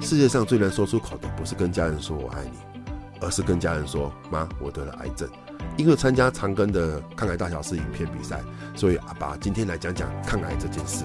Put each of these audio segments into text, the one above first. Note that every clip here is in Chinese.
世界上最难说出口的不是跟家人说我爱你，而是跟家人说妈，我得了癌症。因为参加长庚的抗癌大小事影片比赛，所以阿爸今天来讲讲抗癌这件事。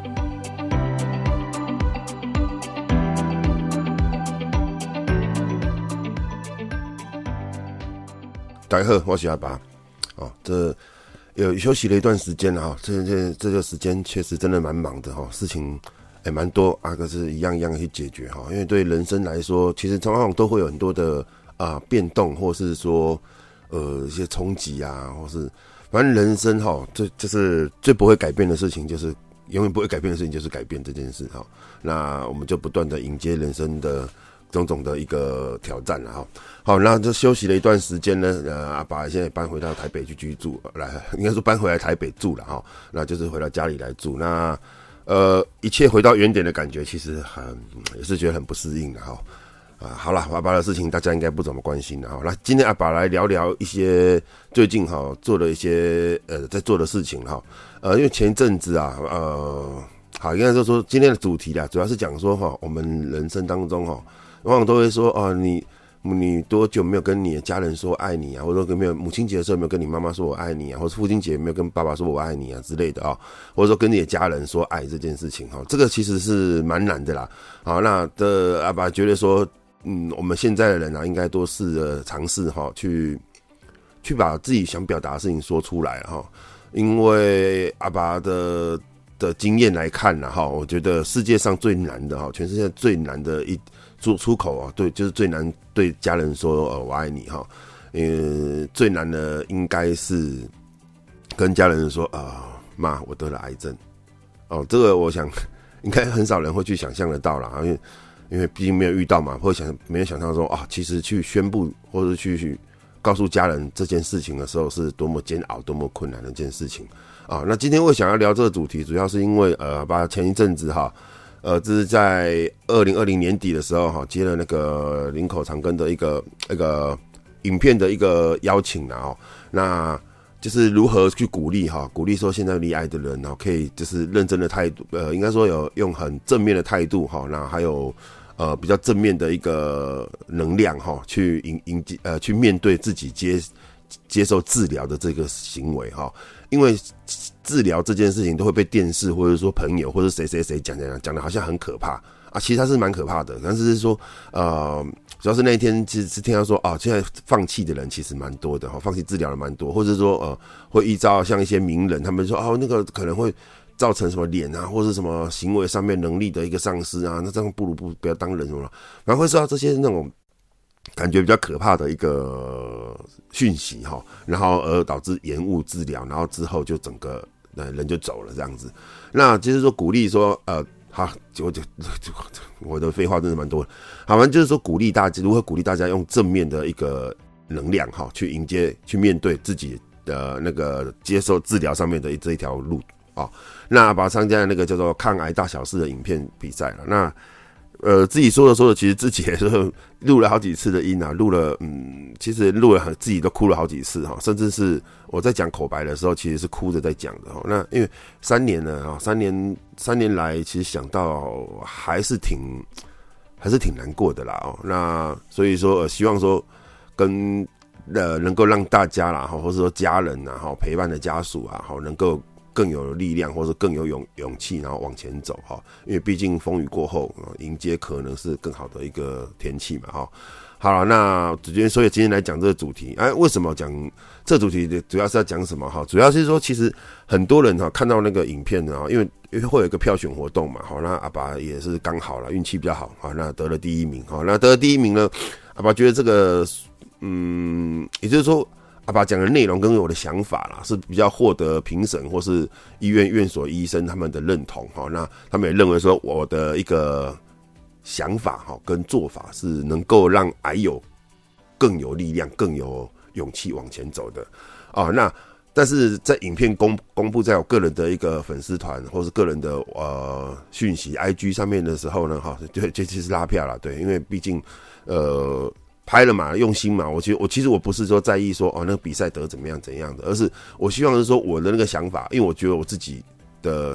大家好，我是阿爸。这有休息了一段时间了这个时间确实真的蛮忙的事情也蛮多可是一样一样去解决因为对人生来说，其实常常都会有很多的变动，或是说一些冲击或是反正人生就是最不会改变的事情，就是永远不会改变的事情，就是改变这件事那我们就不断的迎接人生的种种的一个挑战了好，那就休息了一段时间呢。阿爸现在搬回到台北去居住，应该说搬回来台北住了那就是回到家里来住。那一切回到原点的感觉，其实也是觉得很不适应的好了，阿爸的事情大家应该不怎么关心的那今天阿爸来聊聊一些最近做的一些在做的事情因为前一阵子好，应该说今天的主题主要是讲说我们人生当中往往都会说你多久没有跟你的家人说爱你或者说没有母亲节的时候没有跟你妈妈说我爱你或者父亲节没有跟爸爸说我爱你之类的或者说跟你的家人说爱这件事情这个其实是蛮难的啦。好，那阿爸觉得说我们现在的人应该多试着尝试去把自己想表达的事情说出来因为阿爸的经验来看我觉得世界上最难的全世界最难的出口对，就是最难对家人说我爱你最难的应该是跟家人说妈，我得了癌症这个我想应该很少人会去想象得到啦因为毕竟没有遇到嘛，没有想象说其实去宣布或者去告诉家人这件事情的时候是多么煎熬多么困难的一件事情那今天我想要聊这个主题，主要是因为把前一阵子这是在2020年底的时候接了那个林口长庚的一个影片的一个邀请那就是如何去鼓励说现在罹癌的人可以就是认真的态度应该说有用很正面的态度那还有比较正面的一个能量去去面对自己接受治疗的这个行为因为治疗这件事情都会被电视或者说朋友或者谁讲的好像很可怕其实它是蛮可怕的，但是说主要是那一天其实是听到说现在放弃的人其实蛮多的放弃治疗的蛮多，或者说会依照像一些名人他们说那个可能会造成什么脸或是什么行为上面能力的一个丧失那这样不如不要当人什么了，然后会受到这些那种感觉比较可怕的一个讯息然后而导致延误治疗，然后之后就整个人就走了这样子。那就是说鼓励说好，我的废话真的蛮多的。好，反正就是说鼓励大家，如何鼓励大家用正面的一个能量去迎接、去面对自己的那个接受治疗上面的这一条路那把参加那个叫做抗癌大小事的影片比赛了。那自己说的，其实自己也是录了好几次的音录了其实录了自己都哭了好几次甚至是我在讲口白的时候，其实是哭着在讲的那因为3年了3年来，其实想到还是挺难过的啦那所以说希望说跟能够让大家啦或者说家人陪伴的家属能够更有力量，或者更有勇气，然后往前走因为毕竟风雨过后迎接可能是更好的一个天气嘛好了，那所以今天来讲这个主题为什么讲这个主题主要是要讲什么主要是说其实很多人看到那个影片因为会有一个票选活动嘛那阿爸也是刚好了运气比较好那得了第1名那得了第1名呢，阿爸觉得这个也就是说阿爸讲的内容跟我的想法啦，是比较获得评审或是院所医生他们的认同那他们也认为说我的一个想法跟做法是能够让癌友更有力量、更有勇气往前走的那但是在影片公布在我个人的一个粉丝团或是个人的讯息 IG 上面的时候呢对，这其实拉票啦，对，因为毕竟拍了嘛，用心嘛，其实我不是说在意说那个比赛得怎么样怎样的，而是我希望是说我的那个想法，因为我觉得我自己的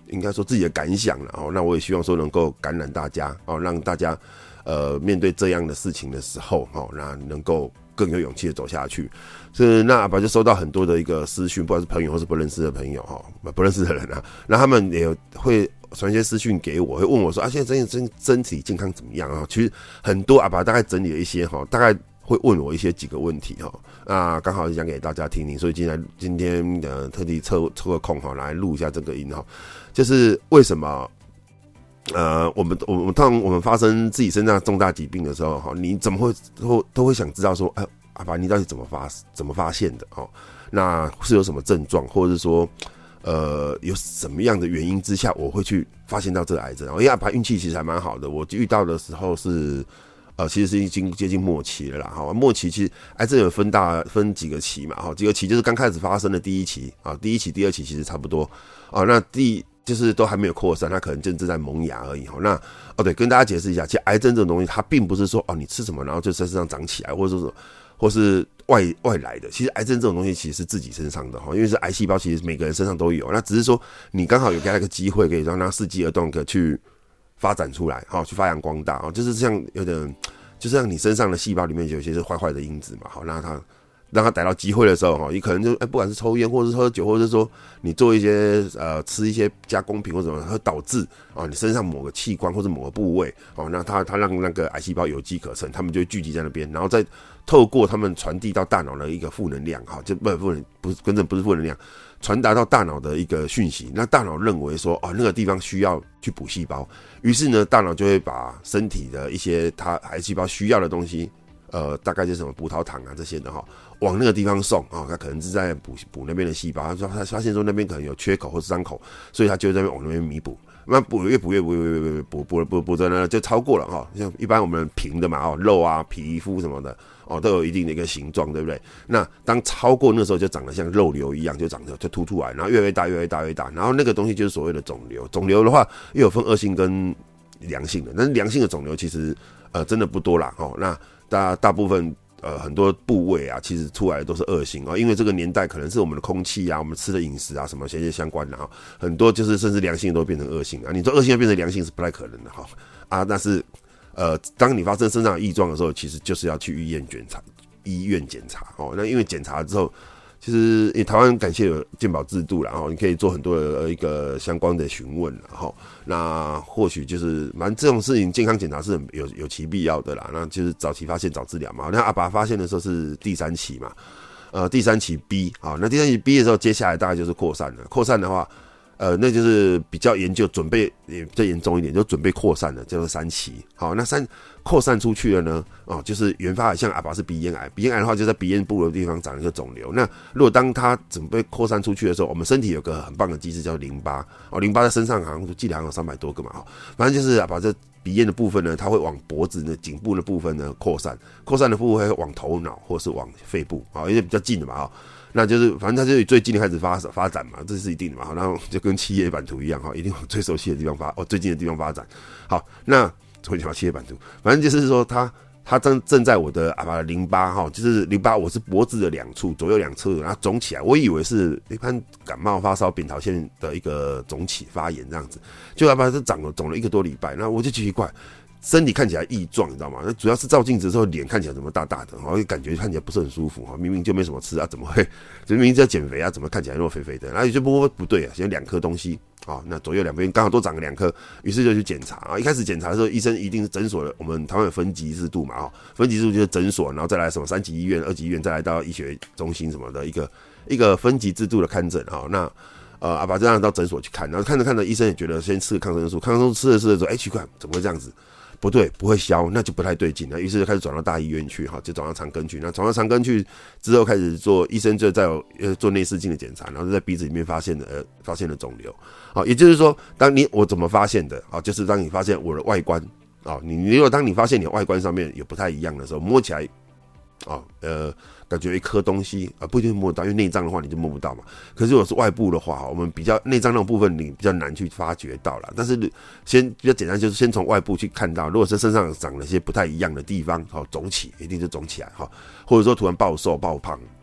应该说自己的感想了哦。那我也希望说能够感染大家哦，让大家面对这样的事情的时候哦，那能够更有勇气的走下去。那阿爸就收到很多的一个私讯，不管是朋友或是不认识的朋友哈，不认识的人啊，那他们也会传一些私讯给我，会问我说啊，现在身体健康怎么样啊？其实很多阿爸大概整理了一些哈，大概会问我一些几个问题哈，那刚好讲给大家听听，所以今天特地抽个空哈来录一下这个音哈，就是为什么我们通常我们发生自己身上重大疾病的时候哈，你怎么都会想知道说，阿爸你到底怎么发现的哦？那是有什么症状，或者是说有什么样的原因之下我会去发现到这个癌症？因为阿爸运气其实还蛮好的，我遇到的时候是。其实是已经接近末期了啦。哈，末期其实癌症有分几个期嘛。哈，几个期就是刚开始发生的第一期啊，第一期、第二期其实差不多啊。那就是都还没有扩散，它可能正在萌芽而已。哈，那对，跟大家解释一下，其实癌症这种东西，它并不是说你吃什么然后就在身上长起来，或是外来的。其实癌症这种东西其实是自己身上的哈，因为是癌细胞，其实每个人身上都有。那只是说你刚好有给他一个机会，可以让他伺机而动，可去发展出来，去发扬光大，就是像有点，就是像你身上的细胞里面有一些是坏的因子嘛，让他逮到机会的时候，你可能就不管是抽烟，或者是喝酒，或者是说你做一些吃一些加工品或什么，会导致你身上某个器官或者某个部位那它让那个癌细胞有机可乘，他们就会聚集在那边，然后再透过他们传递到大脑的一个负能量，就不是负能量。传达到大脑的一个讯息，那大脑认为说那个地方需要去补细胞，于是呢，大脑就会把身体的一些它癌细胞需要的东西，大概就是什么葡萄糖啊这些的往那个地方送它可能是在补那边的细胞，他发现说那边可能有缺口或是伤口，所以他就在那边往那边弥补。那越补着呢，就超过了像一般我们平的嘛肉啊、皮肤什么的都有一定的一个形状，对不对？那当超过那时候就长得像肉瘤一样，就凸出来，然后越来越大，然后那个东西就是所谓的肿瘤。肿瘤的话，又有分恶性跟良性的，但是良性的肿瘤其实真的不多啦那大部分。很多部位啊，其实出来的都是恶性因为这个年代可能是我们的空气啊，我们吃的饮食啊，什么些相关的很多就是甚至良性都变成恶性你说恶性要变成良性是不太可能的但是当你发生身上的异状的时候，其实就是要去医院检查那因为检查之后。其实台湾感谢有健保制度啦你可以做很多的一个相关的询问那或许就是这种事情健康检查是有其必要的啦，那就是早期发现早治疗嘛。那阿爸发现的时候是第3期嘛，第3期 B 那第3期 B 的时候，接下来大概就是扩散了。扩散的话，那就是比较研究准备也比较严重一点，就准备扩散了，叫做3期。好，那扩散出去了呢，就是原发像阿爸是鼻咽癌，鼻咽癌的话就在鼻咽部的地方长一个肿瘤。那如果当它准备扩散出去的时候，我们身体有个很棒的机制叫淋巴淋巴在身上好像记得好像有300多个嘛反正就是把这鼻咽的部分呢，它会往脖子的颈部的部分呢扩散的部分会往头脑或是往肺部因为比较近的嘛那就是反正它就最近的开始发展嘛，这是一定的嘛然后就跟企业版图一样一定往最熟悉的地方最近的地方发展。好，那会讲企业版图，反正就是说它正在我的把淋巴就是淋巴，我是脖子的2处左右2侧，然后肿起来。我以为是一般感冒发烧扁桃腺的一个肿起发炎这样子，就把它肿了1个多礼拜，那我就奇怪。身体看起来异状，你知道吗？那主要是照镜子之后，脸看起来怎么大大的，感觉看起来不是很舒服明明就没什么吃怎么会？就明明在减肥怎么看起来那么肥肥的？然后就不对现在2颗东西那左右两边刚好都长了2颗，于是就去检查一开始检查的时候，医生一定是诊所的，我们台湾有分级制度嘛分级制度就是诊所，然后再来什么3级医院、2级医院，再来到医学中心什么的一个分级制度的看诊那。阿爸这样到诊所去看，然后看着医生也觉得先吃个抗生素吃着说，奇怪，怎么会这样子？不对，不会消，那就不太对劲了。于是就开始转到大医院去，就转到长庚去。那转到长庚去之后，开始医生就在做内视镜的检查，然后就在鼻子里面发现了肿瘤。也就是说，我怎么发现的？就是当你发现我的外观你如果当你发现你的外观上面有不太一样的时候，摸起来感觉有一颗东西不一定摸得到，因为内脏的话你就摸不到嘛。可是如果是外部的话，我们比较内脏那种部分你比较难去发觉到啦。但是先比较简单，就是先从外部去看到，如果是身上长了一些不太一样的地方肿起，一定就肿起来或者说突然暴瘦暴胖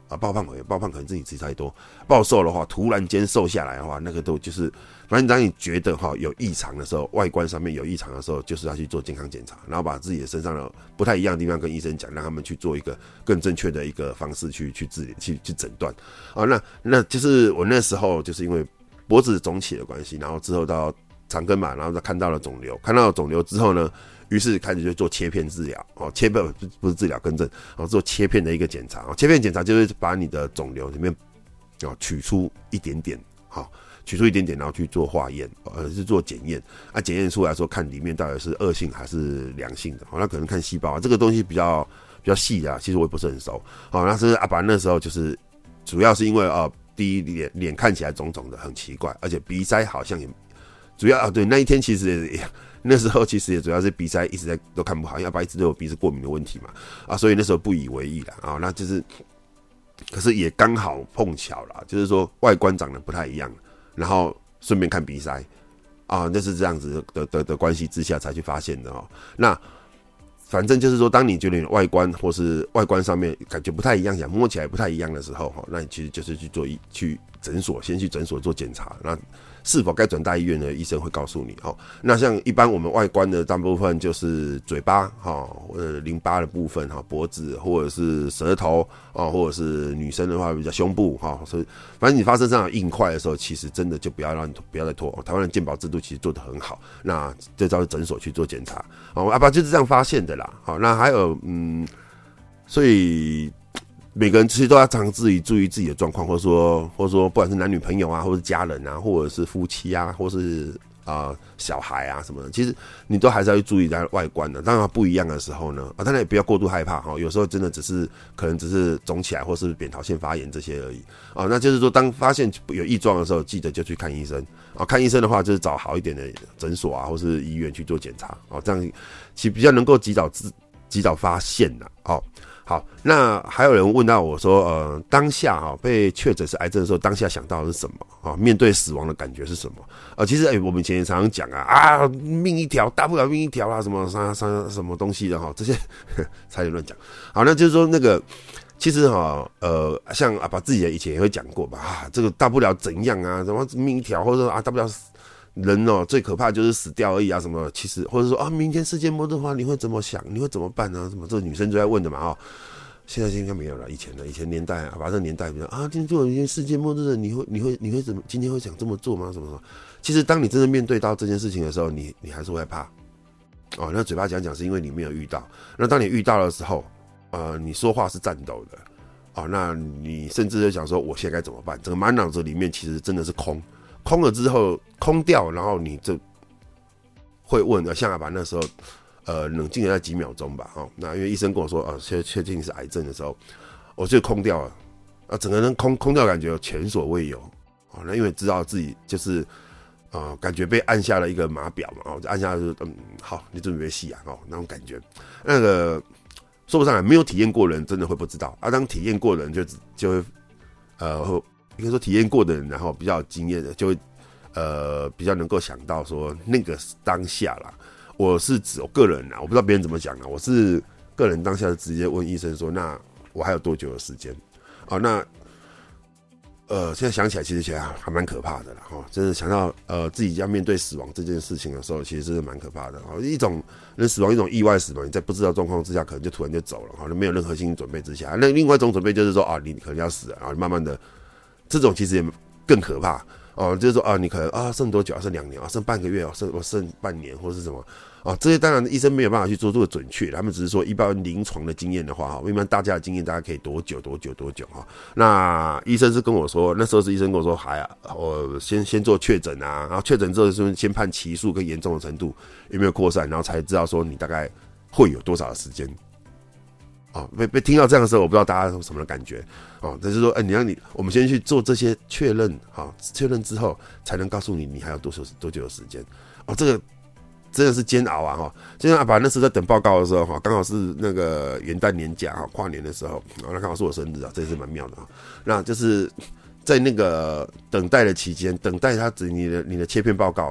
爆胖可能自己吃太多，暴瘦的话，突然间瘦下来的话，那个都就是，反正当你觉得有异常的时候，外观上面有异常的时候，就是要去做健康检查，然后把自己的身上的不太一样的地方跟医生讲，让他们去做一个更正确的一个方式去治理、去诊断。那就是我那时候就是因为脖子肿起的关系，然后之后到长庚嘛，然后再看到了肿瘤，之后呢，于是开始就做切片治疗，切片不是治疗更正，做切片的一个检查，切片检查就是把你的肿瘤里面取出一点点，然后去做化验，是做检验，检验出来说看里面到底是恶性还是良性的，那可能看细胞，这个东西比较细的，其实我也不是很熟，那是阿爸那时候就是主要是因为第一脸看起来肿肿的很奇怪，而且鼻塞好像也主要对那一天其实那时候其实也主要是鼻塞一直都看不好，因为阿爸一直都有鼻子过敏的问题嘛，所以那时候不以为意啦，那就是可是也刚好碰巧啦，就是说外观长得不太一样，然后顺便看鼻塞那是这样子的关系之下才去发现的那反正就是说，当你觉得你外观或是外观上面感觉不太一样，想摸起来不太一样的时候，那你其实就是去诊所，先去诊所做检查。那是否该转大医院呢？医生会告诉你那像一般我们外观的大部分就是嘴巴淋巴的部分脖子或者是舌头或者是女生的话比较胸部所以反正你发生这样的硬块的时候，其实真的就不要再拖。台湾的健保制度其实做得很好，那就到诊所去做检查。阿爸就是这样发现的啦。那还有所以每个人其实都要常注意自己的状况，或者说不管是男女朋友或是家人或者是夫妻或是小孩什么的，其实你都还是要去注意它外观的。当然不一样的时候呢，当然也不要过度害怕有时候真的可能只是肿起来或是扁桃腺发炎这些而已那就是说当发现有异状的时候，记得就去看医生看医生的话就是找好一点的诊所或是医院去做检查这样其实比较能够及早发现好，那还有人问到我说，当下被确诊是癌症的时候，当下想到的是什么面对死亡的感觉是什么其实我们以前也常常讲命一条，大不了命一条啦，什么什么东西的这些差点乱讲。好，那就是说那个其实像阿爸自己以前也会讲过吧这个大不了怎样什么命一条，或者说大不了人最可怕就是死掉而已什么，其实或者说明天世界末日的话你会怎么想，你会怎么办什么这个女生就在问的嘛现在应该没有了，以前年代把这个年代比较今天就有一天世界末日了，你会怎么今天会想这么做吗？什么？其实当你真的面对到这件事情的时候，你还是会害怕那嘴巴讲是因为你没有遇到，那当你遇到的时候你说话是颤抖的那你甚至就想说我现在该怎么办？整个满脑子里面其实真的是空了之后空掉，然后你就会问像阿爸那时候冷静了在几秒钟吧那因为医生跟我说确定是癌症的时候，我就空掉了整个人空掉的感觉前所未有那因为知道自己就是感觉被按下了一个码表嘛就按下就好，你准备戏那种感觉，那个说不上来，没有体验过的人真的会不知道当体验过的人就会应该说体验过的人，然后比较有经验的就会比较能够想到说那个当下啦。我是指我个人我不知道别人怎么讲我是个人当下直接问医生说，那我还有多久的时间那现在想起来其实还蛮可怕的啦真的想到自己要面对死亡这件事情的时候，其实真的蛮可怕的一种人死亡，一种意外死亡，你在不知道状况之下可能就突然就走了没有任何心理准备之下。那另外一种准备就是说你可能要死了慢慢的，这种其实也更可怕就是说你可能剩多久剩2年剩半个月剩半年或是什么这些当然医生没有办法去做这个准确，他们只是说一般临床的经验的话一般大家的经验大概可以多久那医生是跟我说，那时候是医生跟我说我先做确诊然后确诊之后是先判期数跟严重的程度有没有扩散，然后才知道说你大概会有多少的时间被听到这样的时候，我不知道大家有什么感觉就是说我们先去做这些确认确认之后才能告诉你还有多久的时间这个真的是煎熬就像阿爸那时候在等报告的时候刚好是那个元旦年假跨年的时候那刚好是我生日这也是蛮妙的那就是在那个等待的期间，等待你的切片报告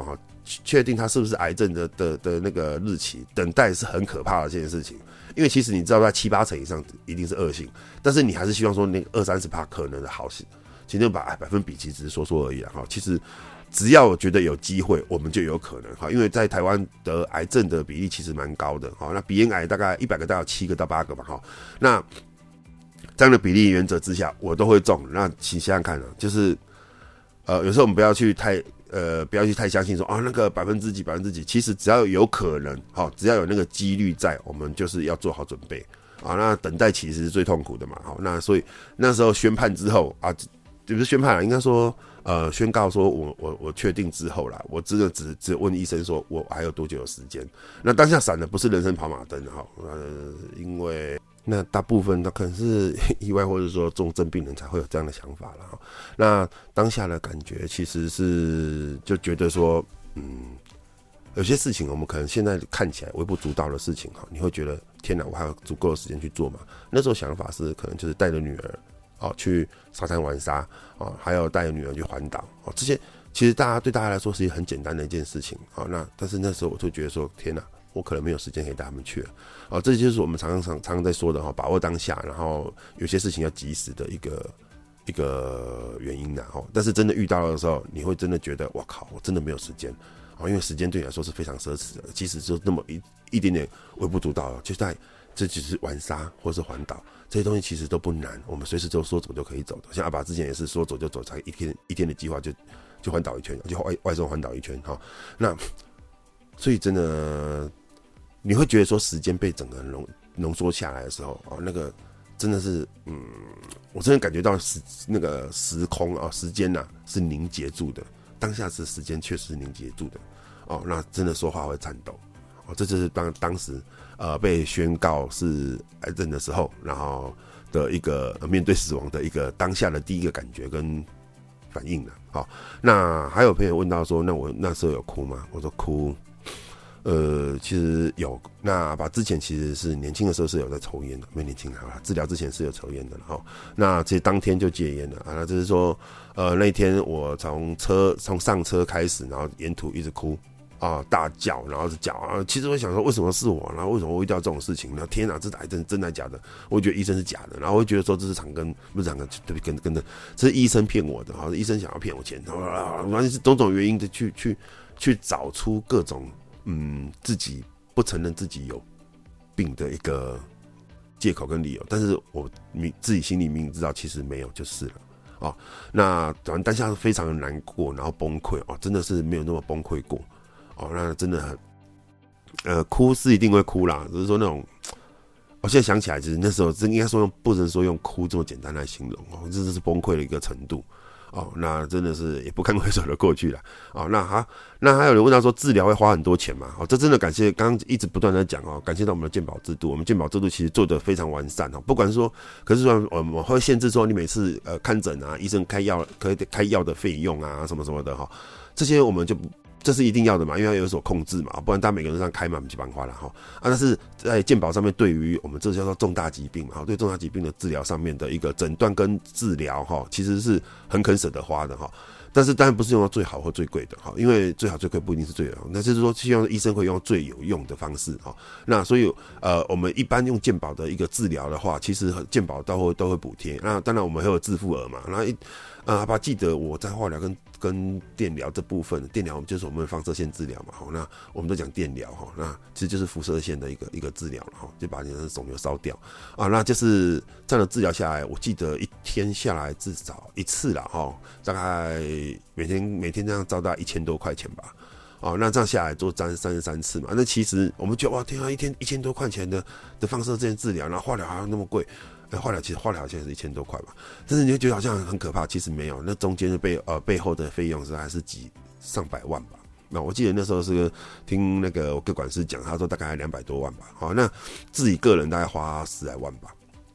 确定他是不是癌症的那个日期，等待是很可怕的这件事情。因为其实你知道在7-8成以上一定是恶性，但是你还是希望说那个20-30%可能的好性，其实把百分比其实只是说说而已啦。其实只要我觉得有机会，我们就有可能。因为在台湾得癌症的比例其实蛮高的。那鼻咽癌大概100个大概有7个到8个吧。那这样的比例原则之下，我都会中。那请想想看啊，就是有时候我们不要去太相信说那个百分之几，其实只要有可能，只要有那个几率在，我们就是要做好准备那等待其实是最痛苦的嘛。那所以那时候宣判之后不是宣判应该说宣告说我确定之后啦，我真的只问医生说我还有多久的时间。那当下闪的不是人生跑马灯因为那大部分可能是意外或者说重症病人才会有这样的想法啦。那当下的感觉其实是就觉得说有些事情我们可能现在看起来微不足道的事情你会觉得天哪，我还有足够的时间去做嘛。那时候想法是可能就是带着女儿去沙滩玩沙还有带着女儿去环岛这些其实对大家来说是一个很简单的一件事情但是那时候我就觉得说天哪，我可能没有时间可以带他们去了这就是我们常常在说的把握当下，然后有些事情要及时的一个原因但是真的遇到的时候，你会真的觉得哇靠，我真的没有时间因为时间对你来说是非常奢侈的，即使就那么一点点微不足道这只是玩沙或是环岛，这些东西其实都不难，我们随时就说走就可以走的。像阿爸之前也是说走就走，才一天的计划就环岛一圈，就外送环岛一圈那所以真的你会觉得说时间被整个浓缩下来的时候那个真的是我真的感觉到那个时空时间是凝结住的，当下是时间确实是凝结住的那真的说话会颤抖这就是当时被宣告是癌症的时候，然后的一个面对死亡的一个当下的第一个感觉跟反应了那还有朋友问到说，那我那时候有哭吗？我说哭。其实有。那之前其实是年轻的时候是有在抽烟的，没年轻治疗之前是有抽烟的那其实当天就戒烟了那就是说那一天我从上车开始，然后沿途一直哭大叫，然後是叫其实我想说为什么是我，然后为什么会遇到这种事情，然后天哪，这癌症真的假的？我会觉得医生是假的，然后我会觉得说这是不是长根，对不对？跟着这是医生骗我的，医生想要骗我钱，然后是种种原因的去找出各种自己不承认自己有病的一个借口跟理由，但是我自己心里明知道其实没有就是了那当下非常的难过，然后崩溃真的是没有那么崩溃过那真的很哭是一定会哭啦，只是说那种我现在想起来，其实那时候真应该说不能说用哭这么简单来形容这是崩溃的一个程度那真的是也不堪回首的过去了那还有人问到说治疗会花很多钱嘛这真的感谢刚刚一直不断的讲感谢到我们的健保制度，我们健保制度其实做得非常完善不管是说，可是说我们会限制说你每次看诊医生开药可以开药的费用什么什么的这些我们就这是一定要的嘛，因为要有所控制嘛，不然大家每个人上开嘛，就办花了但是在健保上面，对于我们这叫做重大疾病嘛，对重大疾病的治疗上面的一个诊断跟治疗其实是很肯舍得花的但是当然不是用到最好或最贵的因为最好最贵不一定是最好，那就是说希望医生会用最有用的方式那所以我们一般用健保的一个治疗的话，其实健保都会补贴，那当然我们还有自付额嘛，然后记得我在化疗跟电疗这部分，电疗就是我们放射线治疗嘛那我们都讲电疗那其实就是辐射线的一个治疗就把你的肿瘤烧掉那就是这样的治疗下来，我记得一天下来至少一次啦大概每天这样照大概1000多块钱吧那这样下来做33次嘛，那其实我们觉得哇天啊，一天1000多块钱的放射线治疗，然后化疗还要那么贵化疗好像是1000多块吧，但是你会觉得好像很可怕，其实没有，那中间的背后的费用是还是上百万吧。那我记得那时候是听那个我个管师讲，他说大概200多万吧那自己个人大概花10来万吧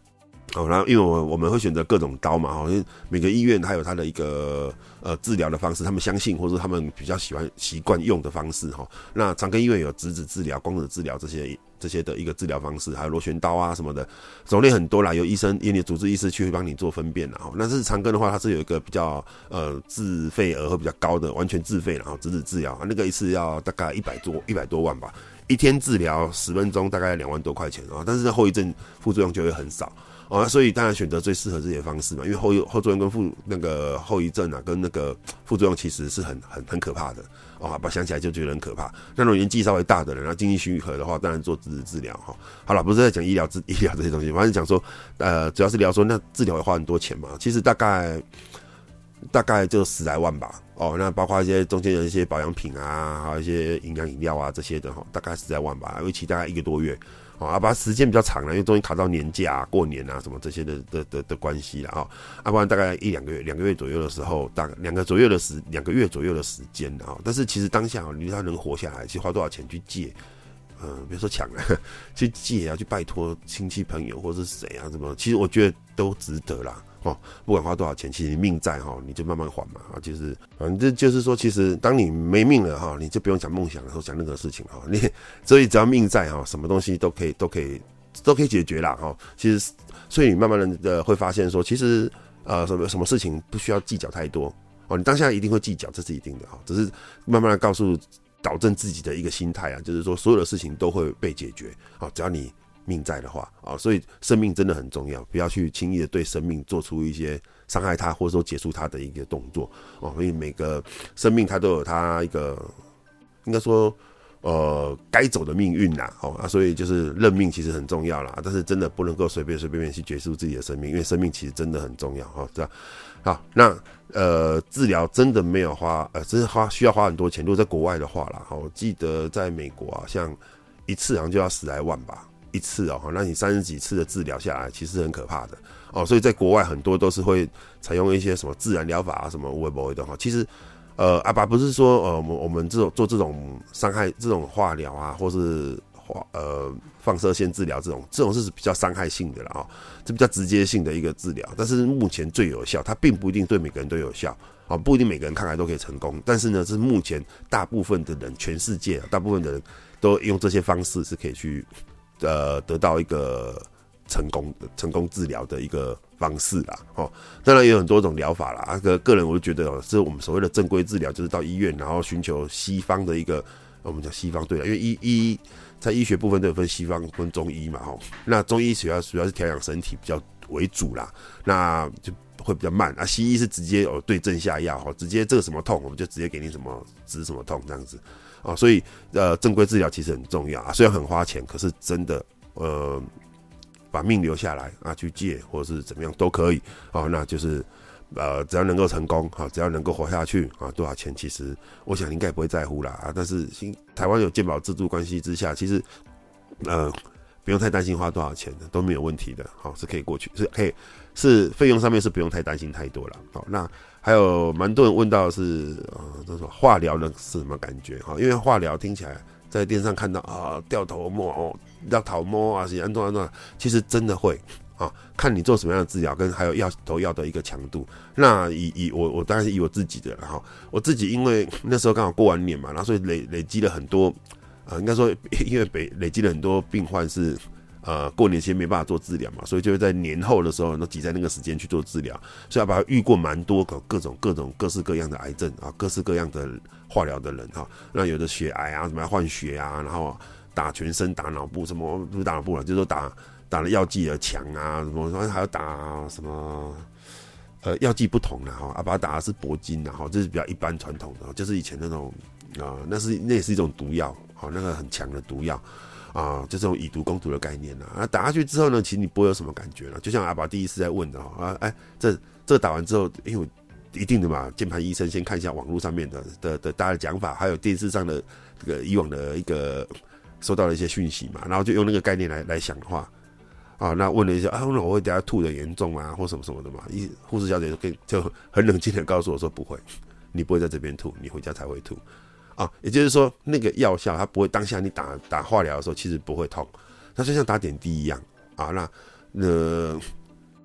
然后因为我们会选择各种刀嘛，因为每个医院它有它的一个治疗的方式，他们相信或者他们比较习惯用的方式哈。那长庚医院有质子治疗、光子治疗这些的一个治疗方式，还有螺旋刀啊什么的，种类很多啦，有医生你的主治医师去帮你做分辨啦。那是长庚的话，它是有一个比较自费额会比较高的，完全自费然后质子治疗，那个一次要大概100多万吧，一天治疗10分钟大概2万多块钱啊，但是后遗症副作用就会很少。所以当然选择最适合自己的方式嘛，因为后作用跟那个后遗症啊，跟那个副作用其实是很可怕的把想起来就觉得很可怕。那种年纪稍微大的人，然后经济许可的话，当然做质子治疗哈。好了，不是在讲医疗这些东西，反正讲说主要是聊说那治疗会花很多钱嘛，其实大概就10来万吧。那包括一些中间的一些保养品啊，还有一些营养饮料啊这些的大概10来万吧，为期大概1个多月。把时间比较长了，因为终于卡到年假、过年啊什么这些的关系了不然大概2个月左右的时候，大概2个月左右的时间但是其实当下你他能活下来，其实花多少钱去借，别说抢了，去借啊，去拜托亲戚朋友或是谁啊什么，其实我觉得都值得啦。不管花多少钱，其实你命在你就慢慢还嘛就是这就是说，其实当你没命了你就不用讲梦想的时候，讲任何事情所以只要命在什么东西都可以解决啦其实所以你慢慢的会发现说，其实什么事情不需要计较太多你当下一定会计较，这是一定的只是慢慢的导正自己的一个心态就是说所有的事情都会被解决只要你命在的话所以生命真的很重要，不要去轻易的对生命做出一些伤害它或者说结束它的一个动作因为每个生命它都有它一个应该说该走的命运啦所以就是认命其实很重要啦，但是真的不能够随便去结束自己的生命，因为生命其实真的很重要这样。好，那治疗真的没有真是需要花很多钱。如果在国外的话啦我记得在美国像一次好像就要10来万吧。一次那你30几次的治疗下来，其实很可怕的所以在国外很多都是会采用一些什么自然疗法什么有的没的其实不是说我们做这种伤害这种化疗或是放射线治疗这种是比较伤害性的啦这比较直接性的一个治疗，但是目前最有效，它并不一定对每个人都有效不一定每个人看来都可以成功，但是呢，是目前大部分的人，全世界大部分的人都用这些方式是可以去得到一个成功治疗的一个方式啦当然也有很多种疗法啦个人我就觉得是我们所谓的正规治疗，就是到医院然后寻求西方的一个我们讲西方对了，因为在医学部分都有分西方跟中医嘛那中医主要是调养身体比较为主啦，那就会比较慢西医是直接对症下药直接这个什么痛我们就直接给你什么治什么痛这样子所以正规治疗其实很重要虽然很花钱，可是真的把命留下来去借或者是怎么样都可以那就是只要能够成功只要能够活下去多少钱其实我想应该不会在乎啦但是台湾有健保制度关系之下，其实不用太担心花多少钱的都没有问题的是可以过去，是可以，是费用上面是不用太担心太多了那还有蛮多人问到的是这种化疗的是什么感觉因为化疗听起来在电视上看到掉头摸掉头摸是安装其实真的会看你做什么样的治疗跟还有投药的一个强度。那我当然是以我自己的我自己因为那时候刚好过完年嘛，然后所以累积了很多应该说因为累积了很多病患是过年前没办法做治疗嘛，所以就会在年后的时候都挤在那个时间去做治疗，所以把遇过蛮多各式各样的癌症各式各样的化疗的人那有的血癌什么要换血然后打全身打脑部什么不是打脑部了，就是说打了药剂的墙什么还要打什么药剂不同的把它打的是铂金这是比较一般传统的，就是以前那种那也是一种毒药那个很强的毒药就这种以毒攻毒的概念打下去之后呢，其实你不会有什么感觉了，就像阿爸第一次在问的这个打完之后，因为一定的嘛，键盘医生先看一下网络上面的大家的讲法，还有电视上的这个以往的一个收到的一些讯息嘛，然后就用那个概念来想的话那问了一下那我会等下吐的严重或什么什么的嘛，护士小姐就很冷静的告诉我说不会，你不会在这边吐，你回家才会吐也就是说那个药效它不会当下你打化疗的时候其实不会痛，它就像打点滴一样那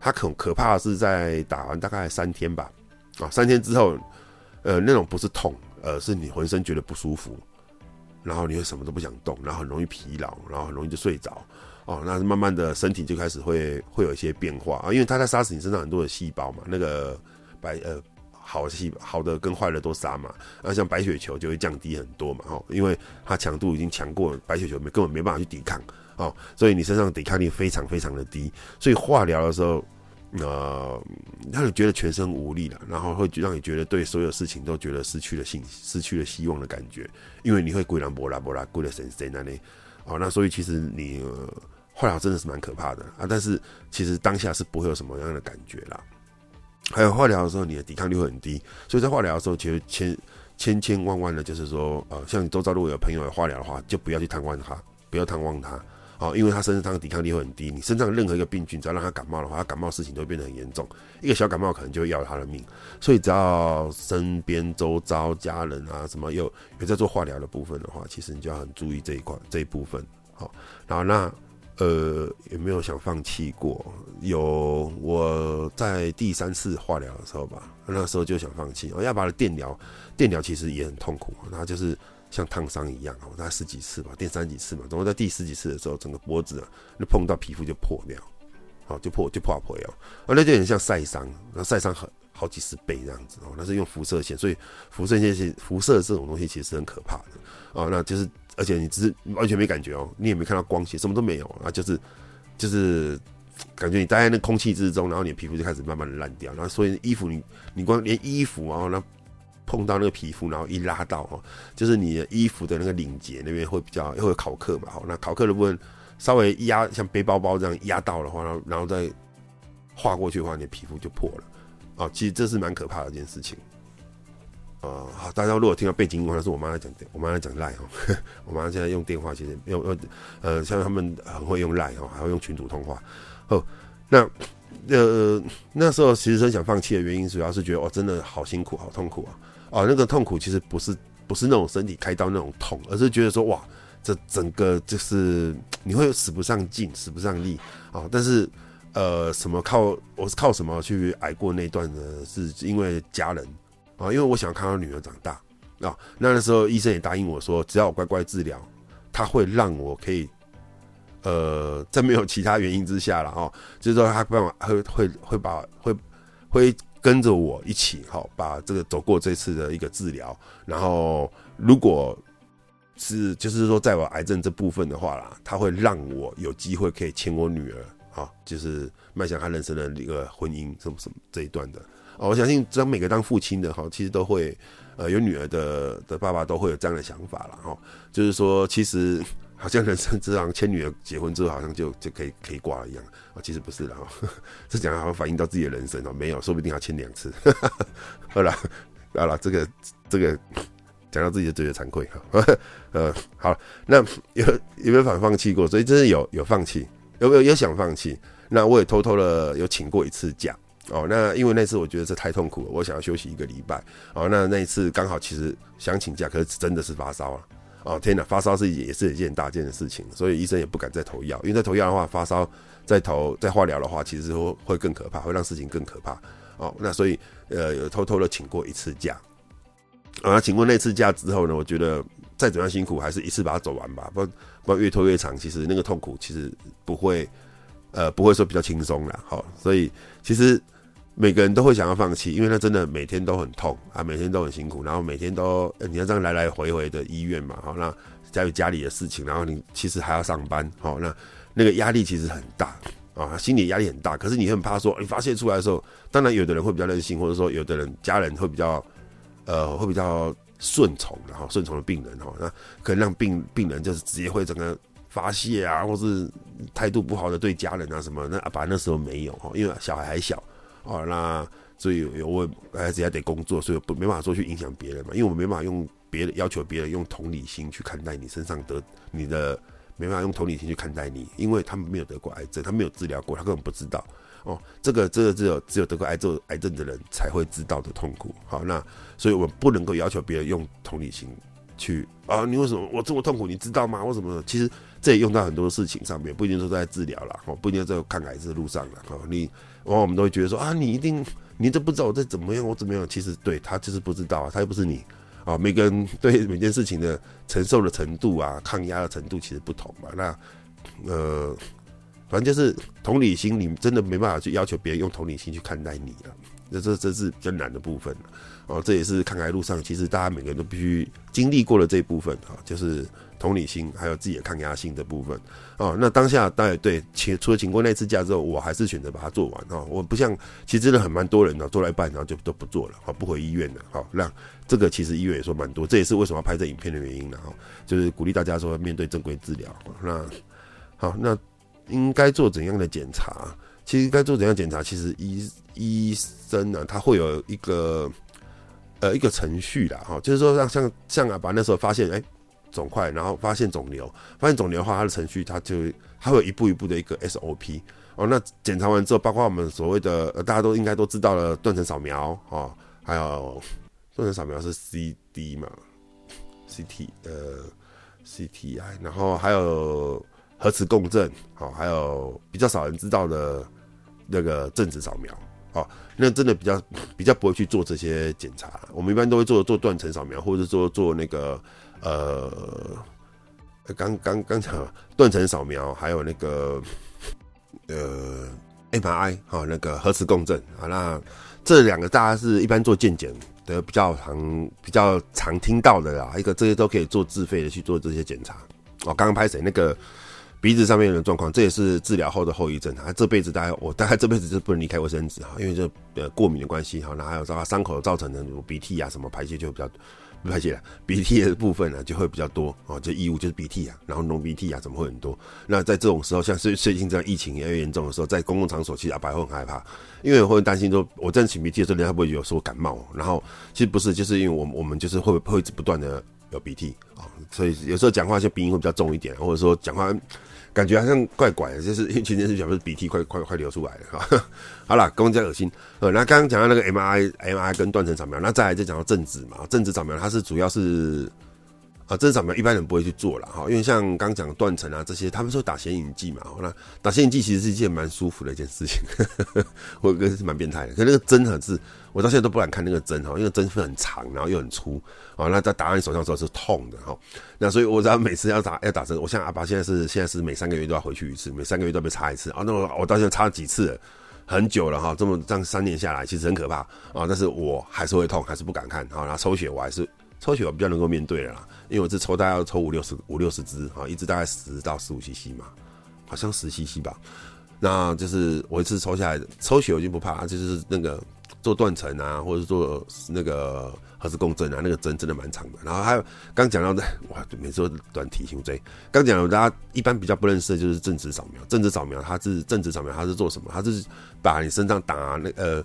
它可怕的是在打完大概3天吧，3天之后，那种不是痛，是你浑身觉得不舒服，然后你会什么都不想动，然后很容易疲劳，然后很容易就睡着。那慢慢的身体就开始会有一些变化因为它在杀死你身上很多的细胞嘛，那个好的跟坏的都杀嘛，像白血球就会降低很多嘛，因为它强度已经强过白血球，根本没办法去抵抗所以你身上抵抗力非常非常的低，所以化疗的时候，让你觉得全身无力了，然后会让你觉得对所有事情都觉得失去了希望的感觉，因为你会鬼人波拉鬼的神那里，那所以其实你化疗真的是蛮可怕的但是其实当下是不会有什么样的感觉啦。还有化疗的时候，你的抵抗力会很低，所以在化疗的时候，其实千万的，就是说，像你周遭如果有朋友有化疗的话，就不要去探望他，不要探望他，因为他身上的抵抗力会很低，你身上任何一个病菌，只要让他感冒的话，他感冒的事情都会变得很严重，一个小感冒可能就会要了他的命，所以只要身边周遭家人什么有在做化疗的部分的话，其实你就要很注意这一部分，然后有没有想放弃过？有，我在第3次化疗的时候吧，那时候就想放弃。要把的电疗其实也很痛苦，它就是像烫伤一样，大概10几次吧，电3几次嘛，总共在第10几次的时候，整个脖子就碰到皮肤就破掉，就破皮那就很像晒伤，然后晒伤好几十倍这样子那是用辐射线，所以辐射这种东西其实是很可怕的那就是。而且你只是完全没感觉你也没看到光线，什么都没有就是感觉你待在那空气之中，然后你的皮肤就开始慢慢的烂掉，然后所以衣服你光连衣服然后碰到那个皮肤，然后一拉到就是你的衣服的那个领结那边会有考克嘛那考克的部分稍微压像背包这样压到的话，然后再划过去的话，你的皮肤就破了其实这是蛮可怕的一件事情。好，大家如果听到背景音乐，那是我妈在讲赖我妈现在用电话，其实像他们很会用赖还会用群组通话那时候其实很想放弃的原因，主要是觉得真的好辛苦好痛苦那个痛苦其实不是那种身体开刀那种痛，而是觉得说哇，这整个就是你会使不上劲使不上力但是我是靠什么去挨过那段呢？是因为家人因为我想看到女儿长大那时候医生也答应我说，只要我乖乖治疗，他会让我可以在没有其他原因之下啦就是说他会跟着我一起把这个走过这次的一个治疗，然后如果是就是说在我癌症这部分的话啦，他会让我有机会可以牵我女儿就是迈向他人生的一个婚姻什么这一段的我相信每个当父亲的其实都会有女儿的爸爸都会有这样的想法啦就是说其实好像人生这样牵女儿结婚之后好像就可以挂了一样其实不是啦这讲好像反映到自己的人生没有，说不定要牵2次好啦这个讲到自己就觉得惭愧好，那有没有放弃过？所以真的有放弃，有想放弃，那我也偷偷的有请过1次假那因为那次我觉得这太痛苦了，我想要休息1个礼拜那一次刚好其实想请假，可是真的是发烧了天哪，发烧也是一件大件的事情，所以医生也不敢再投药，因为再投药的话，发烧再化疗的话，其实会更可怕，会让事情更可怕那所以有偷偷的请过1次假请过那次假之后呢，我觉得再怎样辛苦，还是一次把它走完吧，不然越拖越长，其实那个痛苦其实不会说比较轻松啦所以其实每个人都会想要放弃，因为他真的每天都很痛每天都很辛苦，然后每天都你要这样来来回回的医院嘛那家里的事情，然后你其实还要上班那个压力其实很大心理压力很大，可是你很怕说你发泄出来的时候，当然有的人会比较任性，或者说有的人家人会比较顺从的病人那可能让病人就是直接会整个发泄或是态度不好的对家人什么，那时候没有因为小孩还小那所以我还是得工作，所以我没办法说去影响别人嘛，因为我没办法要求别人用同理心去看待你身上你的，没办法用同理心去看待你，因为他们没有得过癌症，他没有治疗过，他根本不知道这个只有得过癌症的人才会知道的痛苦那所以我们不能够要求别人用同理心去你为什么我这么痛苦你知道吗？为什么？其实这也用到很多事情上面，不一定说在治疗啦不一定在抗癌症的路上啦你往往我们都会觉得说啊，你都不知道我在怎么样，我怎么样？其实对他就是不知道啊，他又不是你啊。每个人对每件事情的承受的程度啊，抗压的程度其实不同嘛。那反正就是同理心，你真的没办法去要求别人用同理心去看待你了。这是比较难的部分哦，这也是抗癌路上其实大家每个人都必须经历过的这一部分啊，就是同理心还有自己的抗压性的部分哦。那当下当然对，除了请过那次假之后，我还是选择把它做完哦。我不像其实真的蛮多人的做了一半然后就都不做了，好不回医院了，好让这个其实医院也说蛮多，这也是为什么要拍这影片的原因了哈，就是鼓励大家说面对正规治疗。那好，那应该做怎样的检查？其实该做怎样检查？其实医生呢，他会有一个程序啦，哈，就是说像阿爸那时候发现肿块，然后发现肿瘤的话，他的程序他会有一步一步的一个 SOP 哦。那检查完之后，包括我们所谓的大家都应该都知道了断层扫描哦，还有断层扫描是 CD 嘛 CTI， 然后还有核磁共振，好，还有比较少人知道的那个正子扫描，好，那真的比较不会去做这些检查。我们一般都会做断层扫描，或者是做那个刚讲断层扫描，还有那个MRI 哈，那个核磁共振啊，那这两个大家是一般做健检的比较常听到的啦，一个这些都可以做自费的去做这些检查。哦，刚刚拍谁那个鼻子上面的状况，这也是治疗后的后遗症啊。这辈子我大概这辈子就不能离开卫生纸哈，因为这过敏的关系哈，那还有伤口造成的鼻涕啊什么排泄就比较不排泄了，鼻涕的部分呢就会比较多哦，就异物就是鼻涕啊，然后浓鼻涕啊怎么会很多？那在这种时候，像最近这样疫情越来越严重的时候，在公共场所其实阿白会很害怕，因为我会担心说，我在擤鼻涕的时候，人家会不会有说感冒？然后其实不是，就是因为我们就是会一直不断的有鼻涕啊，所以有时候讲话就鼻音会比较重一点，或者说讲话感觉好像怪怪的，就是因为今天是表示鼻涕快流出来了哈。好啦，公家恶心。那刚刚讲到那个 MRI 跟断层扫描，那再来就讲到正子嘛，正子扫描它是主要是正子扫描一般人不会去做啦，因为像刚讲断层啊这些，他们说打显影剂嘛，那打显影剂其实是一件蛮舒服的一件事情，我觉得是蛮变态的。可是那个针是我到现在都不敢看那个针哈，因为针很长，然后又很粗那在打在你手上的时候是痛的哈。那所以我只要每次要打针，我像阿爸现在是每3个月都要回去一次，每3个月都要被插一次那我到现在插了几次了，很久了哈，这样3年下来其实很可怕但是我还是会痛，还是不敢看然后抽血我比较能够面对了啦，因为我是抽大概要抽5-60支一支大概10到15 cc 嘛，好像10 cc 吧。那就是我一次抽下来的，抽血我已经不怕，就是那个做断层啊，或者是做那个核磁共振啊，那个针真的蛮长的。然后还有刚讲到的，哇，每次都短题胸椎。刚讲到大家一般比较不认识的就是正子扫描，正子扫描它是做什么？它是把你身上打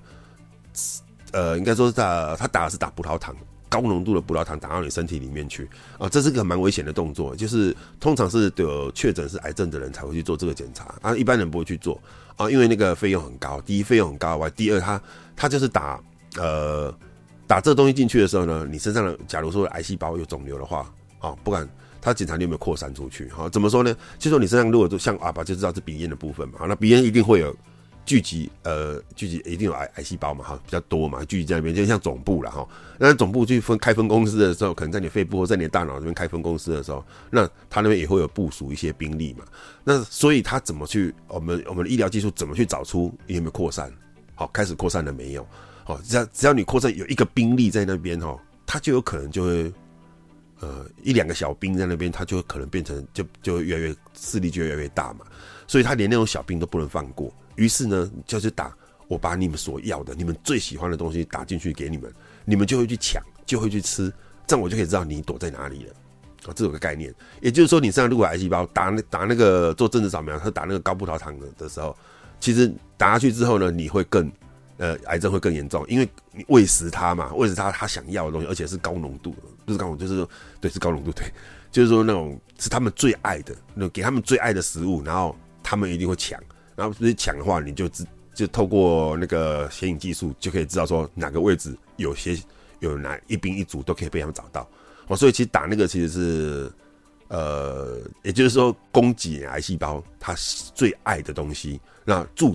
应该说是它打的是打葡萄糖。高浓度的葡萄糖打到你身体里面去这是个蛮危险的动作，就是通常是有确诊是癌症的人才会去做这个检查一般人不会去做因为那个费用很高，第一费用很高外，第二它就是打这东西进去的时候呢，你身上的假如说癌细胞有肿瘤的话不管他检查你有没有扩散出去怎么说呢？就是说你身上如果像阿爸就知道是鼻咽的部分嘛那鼻咽一定会有聚集一定有癌细胞嘛比较多嘛，聚集在那边就像总部啦那总部去开分公司的时候，可能在你肺部或在你的大脑这边开分公司的时候，那他那边也会有部署一些兵力嘛。那所以他怎么去我们的医疗技术怎么去找出有没有扩散？开始扩散了没有？只要你扩散有一个兵力在那边他就有可能就会1-2个小兵在那边，他就可能变成就越来越势力就越来越大嘛。所以他连那种小兵都不能放过。于是呢，就是我把你们所要的、你们最喜欢的东西打进去给你们，你们就会去抢，就会去吃，这样我就可以知道你躲在哪里了。这有个概念，也就是说，你身上如果癌细胞打那个做正子扫描，他打那个高葡萄糖的时候，其实打下去之后呢，你会癌症会更严重，因为你喂食它嘛，喂食它想要的东西，而且是高浓度的，不是高浓度，就是说对，是高浓度，对，就是说那种是他们最爱的，给他们最爱的食物，然后他们一定会抢，然后抢的话，你就透过那个显影技术就可以知道说哪个位置有哪一兵一卒都可以被他们找到所以其实打那个其实是也就是说攻击癌细胞它最爱的东西，那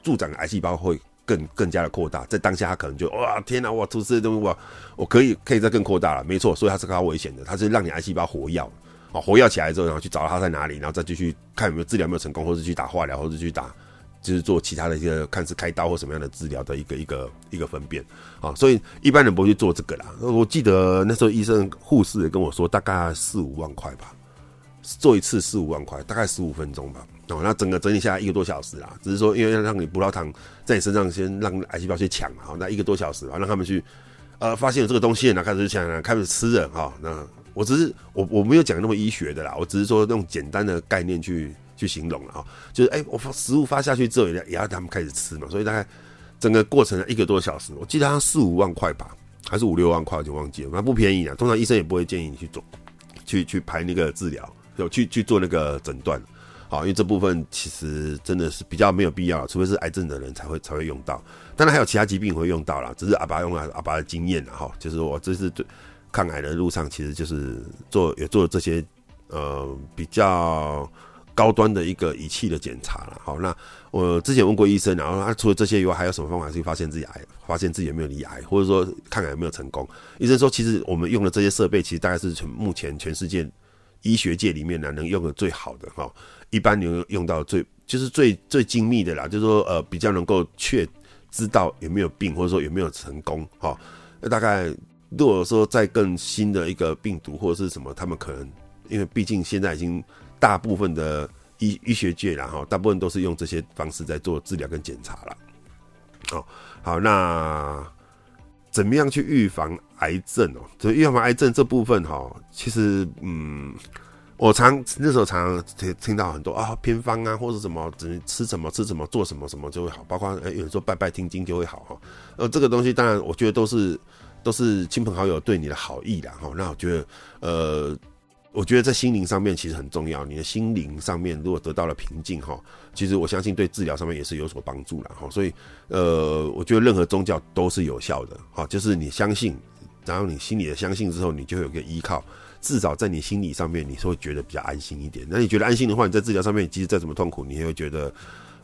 助长癌细胞会更加的扩大，在当下他可能就哇天哪，我吐这些东西我可以再更扩大了，没错，所以它是高危险的，它是让你癌细胞活跃，活跃起来之后，然后去找到它在哪里，然后再继续看有没有治疗有没有成功，或者去打化疗，或者去打就是做其他的一个看是开刀或什么样的治疗的一个分辨，所以一般人不会去做这个啦。我记得那时候医生护士也跟我说，大概4-5万块吧，做一次4-5万块，大概15分钟吧。那整理下来1个多小时啦，只是说因为要让你葡萄糖在你身上先让癌细胞去抢嘛，那1个多小时，让他们去发现有这个东西，然后开始去抢，开始吃了那我只是我没有讲那么医学的啦，我只是说用简单的概念去形容了就是我食物发下去之后也要他们开始吃嘛，所以大概整个过程1个多小时，我记得他4-5万块吧，还是5-6万块，我就忘记了，不便宜啊。通常医生也不会建议你去做去排那个治疗，去做那个诊断。因为这部分其实真的是比较没有必要，除非是癌症的人才会用到。当然还有其他疾病会用到啦，只是阿爸用了阿爸的经验啦，就是我这是抗癌的路上，其实就是有做这些比较高端的一个仪器的检查啦。好，那我之前问过医生，然后他除了这些以外，还有什么方法去发现自己癌，发现自己有没有罹癌，或者说抗癌有没有成功？医生说，其实我们用的这些设备，其实大概是目前全世界医学界里面呢能用的最好的一般你用到就是最精密的啦，就是说比较能够知道有没有病，或者说有没有成功那大概如果说再更新的一个病毒或者是什么，他们可能因为毕竟现在已经大部分的医学界啦大部分都是用这些方式在做治疗跟检查啦。好，那怎么样去预防癌症预防癌症这部分其实我那时候常听到很多偏方啊，或者什么吃什么做什么就会好，包括有人说拜拜听经就会好这个东西当然我觉得都是亲朋好友对你的好意啦那我觉得在心灵上面其实很重要，你的心灵上面如果得到了平静其实我相信对治疗上面也是有所帮助啦所以我觉得任何宗教都是有效的就是你相信，然后你心里的相信之后，你就会有个依靠，至少在你心理上面你是会觉得比较安心一点。那你觉得安心的话，你在治疗上面即使再怎么痛苦，你也会觉得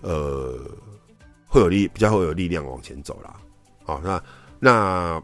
比较会有力量往前走啦。那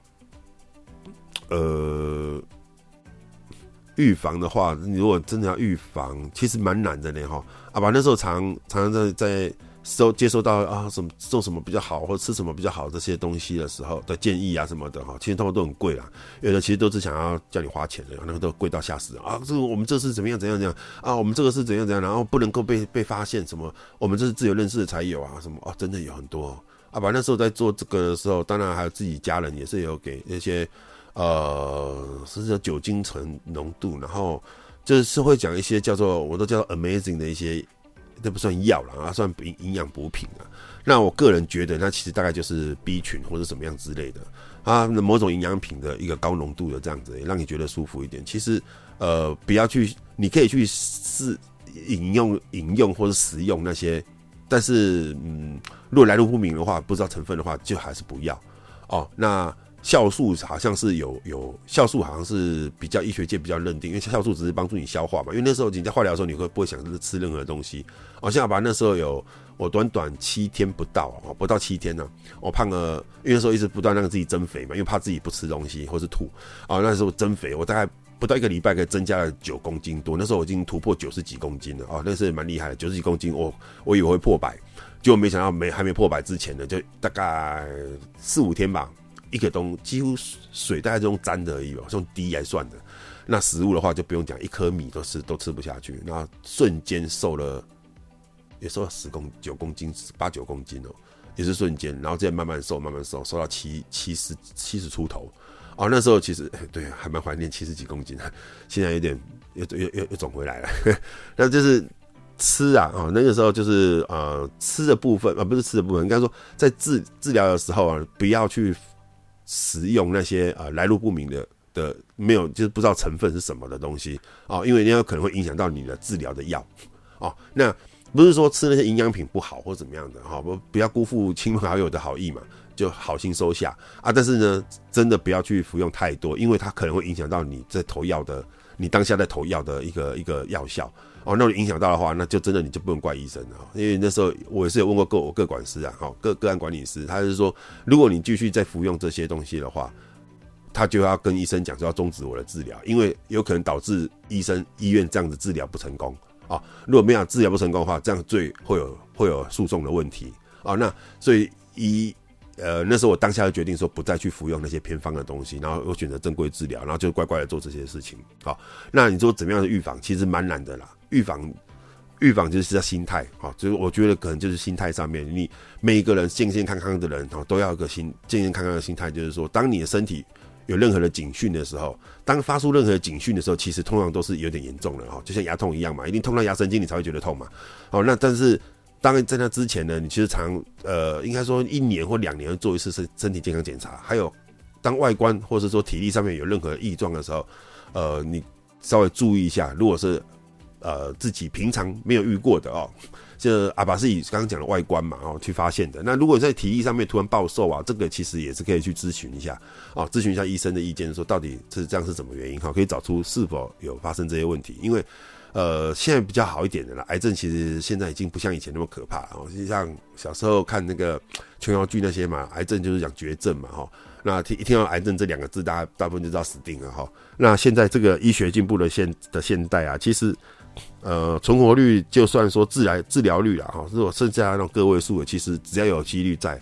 预防的话，你如果真的要预防，其实蛮难的呢那时候常常在接收到什么做什么比较好，或者吃什么比较好这些东西的时候的建议啊什么的其实他们都很贵啦，有的其实都是想要叫你花钱的，那个都贵到吓死人这个我们这是怎么样我们这个是怎样，然后不能够被发现什么，我们这是自由认识的才有什么真的有很多那时候在做这个的时候，当然还有自己家人也是有给那些是酒精醇浓度，然后就是会讲一些我都叫做 amazing 的一些，这不算药啦算营养补品那我个人觉得，那其实大概就是 B 群或者什么样之类的某种营养品的一个高浓度的这样子，让你觉得舒服一点。其实不要去，你可以去饮用或者食用那些，但是如果来路不明的话，不知道成分的话，就还是不要那酵素好像是有酵素，好像是比较医学界比较认定，因为酵素只是帮助你消化嘛。因为那时候你在化疗的时候，你会不会想着吃任何东西？像那时候我短7天不到7天呢，我胖了，因为那时候一直不断让自己增肥嘛，因为怕自己不吃东西或是吐那时候增肥，我大概不到1个礼拜可以增加了9公斤多，那时候我已经突破90几公斤了那是蛮厉害的，90几公斤，我以为会破100，结果没想到还没破100之前呢，就大概4-5天吧。一个几乎水大概是用沾的而已是用滴来算的。那食物的话就不用讲，一颗米都吃不下去，那瞬间瘦了，也瘦了9公斤8、9公斤也是瞬间，然后再慢慢瘦瘦到70出头那时候其实对还蛮怀念70几公斤的，现在有点又肿回来了那就是吃那个时候就是吃的部分不是吃的部分，应该说在治疗的时候不要去食用那些来路不明的没有就是不知道成分是什么的东西因为那可能会影响到你的治疗的药那不是说吃那些营养品不好或怎么样的不要辜负亲朋好友的好意嘛，就好心收下但是呢真的不要去服用太多，因为它可能会影响到你在投药的你当下在投药的一个药效哦，那影响到的话，那就真的你就不能怪医生了，因为那时候我也是有问过我个管师啊，个案管理师，他是说，如果你继续再服用这些东西的话，他就要跟医生讲说要终止我的治疗，因为有可能导致医院这样子治疗不成功啊。如果没有治疗不成功的话，这样罪会有诉讼的问题啊。那所以那时候我当下就决定说不再去服用那些偏方的东西，然后我选择正规治疗，然后就乖乖的做这些事情。好，那你说怎么样的预防？其实蛮难的啦。预防就是在心态，就是我觉得可能就是心态上面，你每一个人健健康康的人都要有个健健康康的心态，就是说，当你的身体有任何的警讯的时候，当发出任何的警讯的时候，其实通常都是有点严重了，就像牙痛一样嘛，一定痛到牙神经你才会觉得痛嘛。那但是当然在那之前呢，你其实应该说1年或2年做一次身体健康检查，还有当外观或者说体力上面有任何异状的时候，你稍微注意一下，如果是自己平常没有遇过的这阿拔是以刚刚讲的外观嘛去发现的。那如果在体力上面突然暴瘦啊，这个其实也是可以去咨询一下咨询一下医生的意见，说到底是这样是什么原因可以找出是否有发生这些问题。因为现在比较好一点的啦，癌症其实现在已经不像以前那么可怕了就像小时候看那个琼瑶剧那些嘛，癌症就是讲绝症嘛那一听到癌症这2个字，大部分就知道死定了那现在这个医学进步的现代啊，其实存活率就算说治疗率啦如果剩下那种个位数的，其实只要有几率在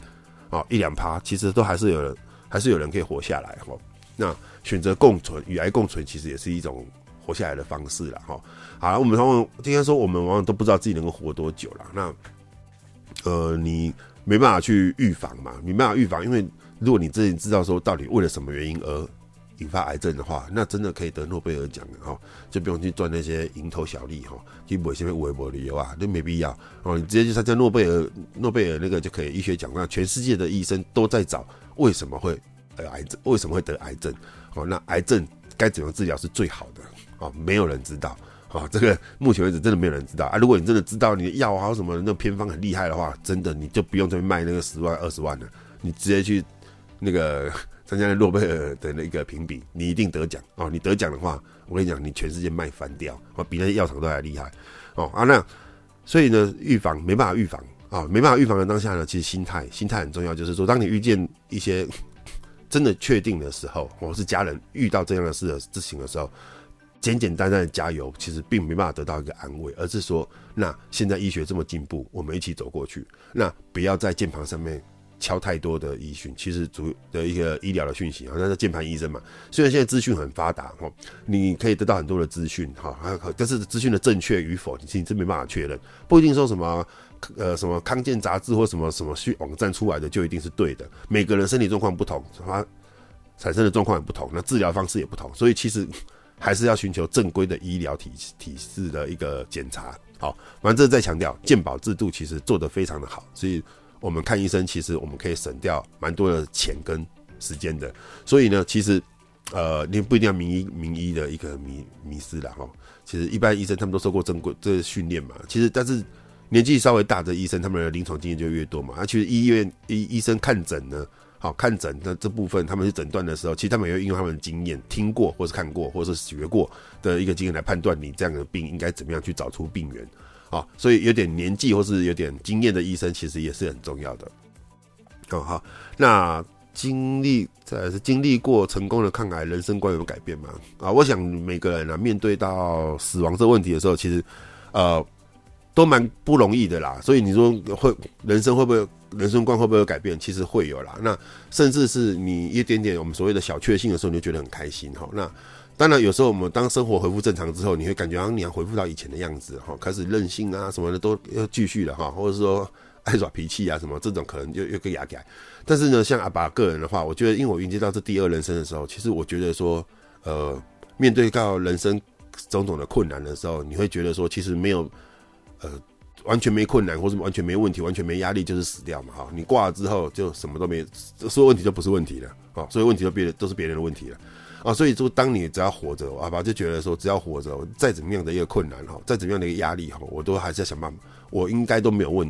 1-2%，其实都还是有人可以活下来那选择共存，与癌共存，其实也是一种活下来的方式啦好了，我们今天说我们往往都不知道自己能够活多久啦。那你没办法去预防嘛，没办法预防，因为如果你自己知道说到底为了什么原因而引发癌症的话，那真的可以得诺贝尔奖的就不用去赚那些蝇头小利去买什么微博旅游啊，就没必要你直接去参加诺贝尔那个就可以医学奖，那全世界的医生都在找为什么会癌症，为什么会得癌症那癌症该怎么治疗是最好的没有人知道这个目前为止真的没有人知道如果你真的知道你的药还有什么那偏方很厉害的话，真的你就不用这边卖那个10万20万了，你直接去那个参加诺贝尔的那个评比，你一定得奖你得奖的话，我跟你讲，你全世界卖翻掉比那些药厂都还厉害那所以呢，预防没办法预防没办法预防的当下呢，其实心态很重要，就是说，当你遇见一些真的确定的时候，或是家人遇到这样的事情的时候，简单的加油，其实并没办法得到一个安慰，而是说，那现在医学这么进步，我们一起走过去，那不要在键盘上面敲太多的医讯，其实主的一个医疗的讯息那是键盘医生嘛。虽然现在资讯很发达你可以得到很多的资讯但是资讯的正确与否，你其实真没办法确认，不一定说什么康健杂志或什么网站出来的就一定是对的。每个人身体状况不同，他产生的状况也不同，那治疗方式也不同，所以其实还是要寻求正规的医疗体制的一个检查。反正这再强调，健保制度其实做得非常的好，所以我们看医生，其实我们可以省掉蛮多的钱跟时间的。所以呢，其实你不一定要名医的一个迷思啦其实一般医生他们都受过正规这训练嘛，其实但是年纪稍微大的医生，他们的临床经验就越多嘛。其实医生看诊呢，看诊的这部分，他们去诊断的时候，其实他们也会运用他们的经验，听过或是看过或是学过的一个经验来判断你这样的病应该怎么样去找出病源所以有点年纪或是有点经验的医生，其实也是很重要的好，那再来是经历过成功的抗癌，人生观有改变吗？我想每个人面对到死亡这个问题的时候，其实都蛮不容易的啦。所以你说人生观会不会有改变？其实会有啦。那甚至是你一点点我们所谓的小确幸的时候，你就觉得很开心那当然有时候我们当生活恢复正常之后，你会感觉好像你要恢复到以前的样子开始任性啊什么的都要继续了或者说爱耍脾气啊什么，这种可能就又更压改。但是呢，像阿爸个人的话，我觉得因为我迎接到这第2人生的时候，其实我觉得说面对到人生种种的困难的时候，你会觉得说其实没有完全没困难，或是完全没问题，完全没压力，就是死掉嘛你挂了之后就什么都没，所有问题就不是问题了所有问题都是别人的问题了所以说当你只要活着，阿爸就觉得说只要活着，再怎么样的一个困难再怎么样的一个压力我都还是要想办法，我应该都没有问题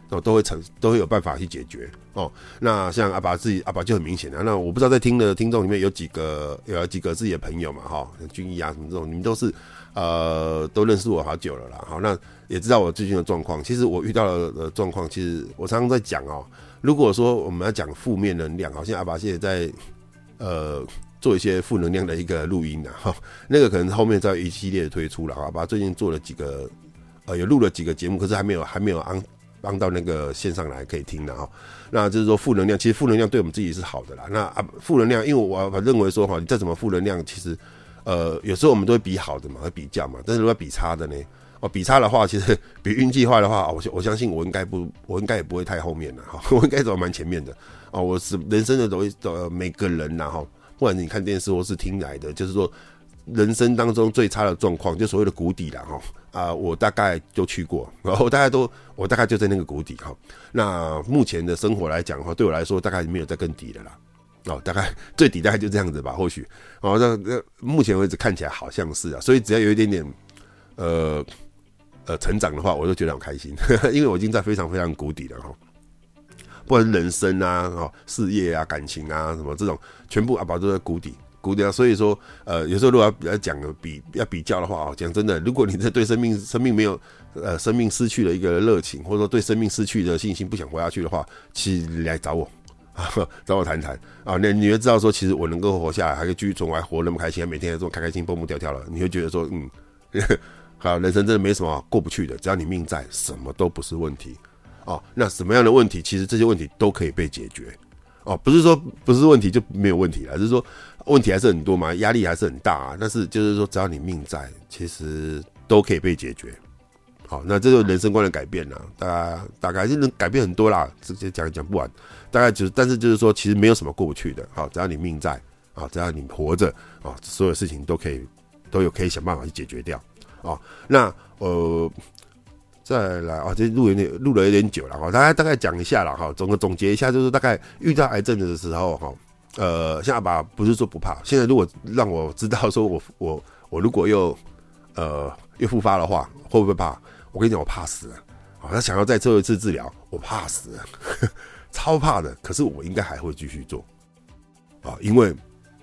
都会有办法去解决哦。那像阿拔就很明显啊。那我不知道在听的听众里面有几个自己的朋友嘛哈，俊逸啊什么这种，你们都是都认识我好久了啦。好，那也知道我最近的状况。其实我遇到的状况，其实我常常在讲哦。如果说我们要讲负面能量，好像阿拔现在在做一些负能量的一个录音啊，哈，那个可能后面再一系列的推出了。阿拔最近做了几个有录了几个节目，可是还没有安到那个线上来可以听的哈。那就是说负能量，其实负能量对我们自己是好的啦。那负能量，因为我认为说哈，你再怎么负能量，其实有时候我们都会比好的嘛，会比较嘛。但是如果比差的呢？比差的话，其实比运气坏的话，我相信我应该也不会太后面了哈，我应该走蛮前面的哦。我是人生的每个人呐哈，不管你看电视或是听来的，就是说人生当中最差的状况，就所谓的谷底啦哈我大概就去过，然后我大概就在那个谷底哈。那目前的生活来讲的话，对我来说大概没有再更底了啦。大概最底大概就这样子吧，或许那目前为止看起来好像是啊，所以只要有一点点成长的话，我就觉得很开心，因为我已经在非常非常谷底了哈。不管是人生啊、事业啊、感情啊什么这种，全部阿拔都在谷底啊。所以说，有时候如果要讲要比较的话讲真的，如果你对生命没有生命失去了一个热情，或者说对生命失去的信心，不想活下去的话，其实你来找我。找我谈谈啊，你会知道说，其实我能够活下来，还可以继续存活，还活那么开心，每天还这么开开心、蹦蹦跳跳了，你会觉得说，好，人生真的没什么过不去的，只要你命在，什么都不是问题哦。那什么样的问题，其实这些问题都可以被解决哦。不是说不是问题就没有问题了，就是说问题还是很多嘛，压力还是很大啊。但是就是说，只要你命在，其实都可以被解决。好，那这就是人生观的改变啦，大概就能改变很多啦，直接讲不完。大概就是，但是就是说，其实没有什么过不去的。好，只要你命在啊，只要你活着啊，所有事情都可以想办法去解决掉啊。那再来啊，这录了有点久了哈，大概讲一下啦哈，总结一下，就是大概遇到癌症的时候哈，像阿爸不是说不怕，现在如果让我知道说我如果又复发的话，会不会怕？我跟你讲，我怕死了。他想要再做一次治疗，我怕死了，超怕的。可是我应该还会继续做因为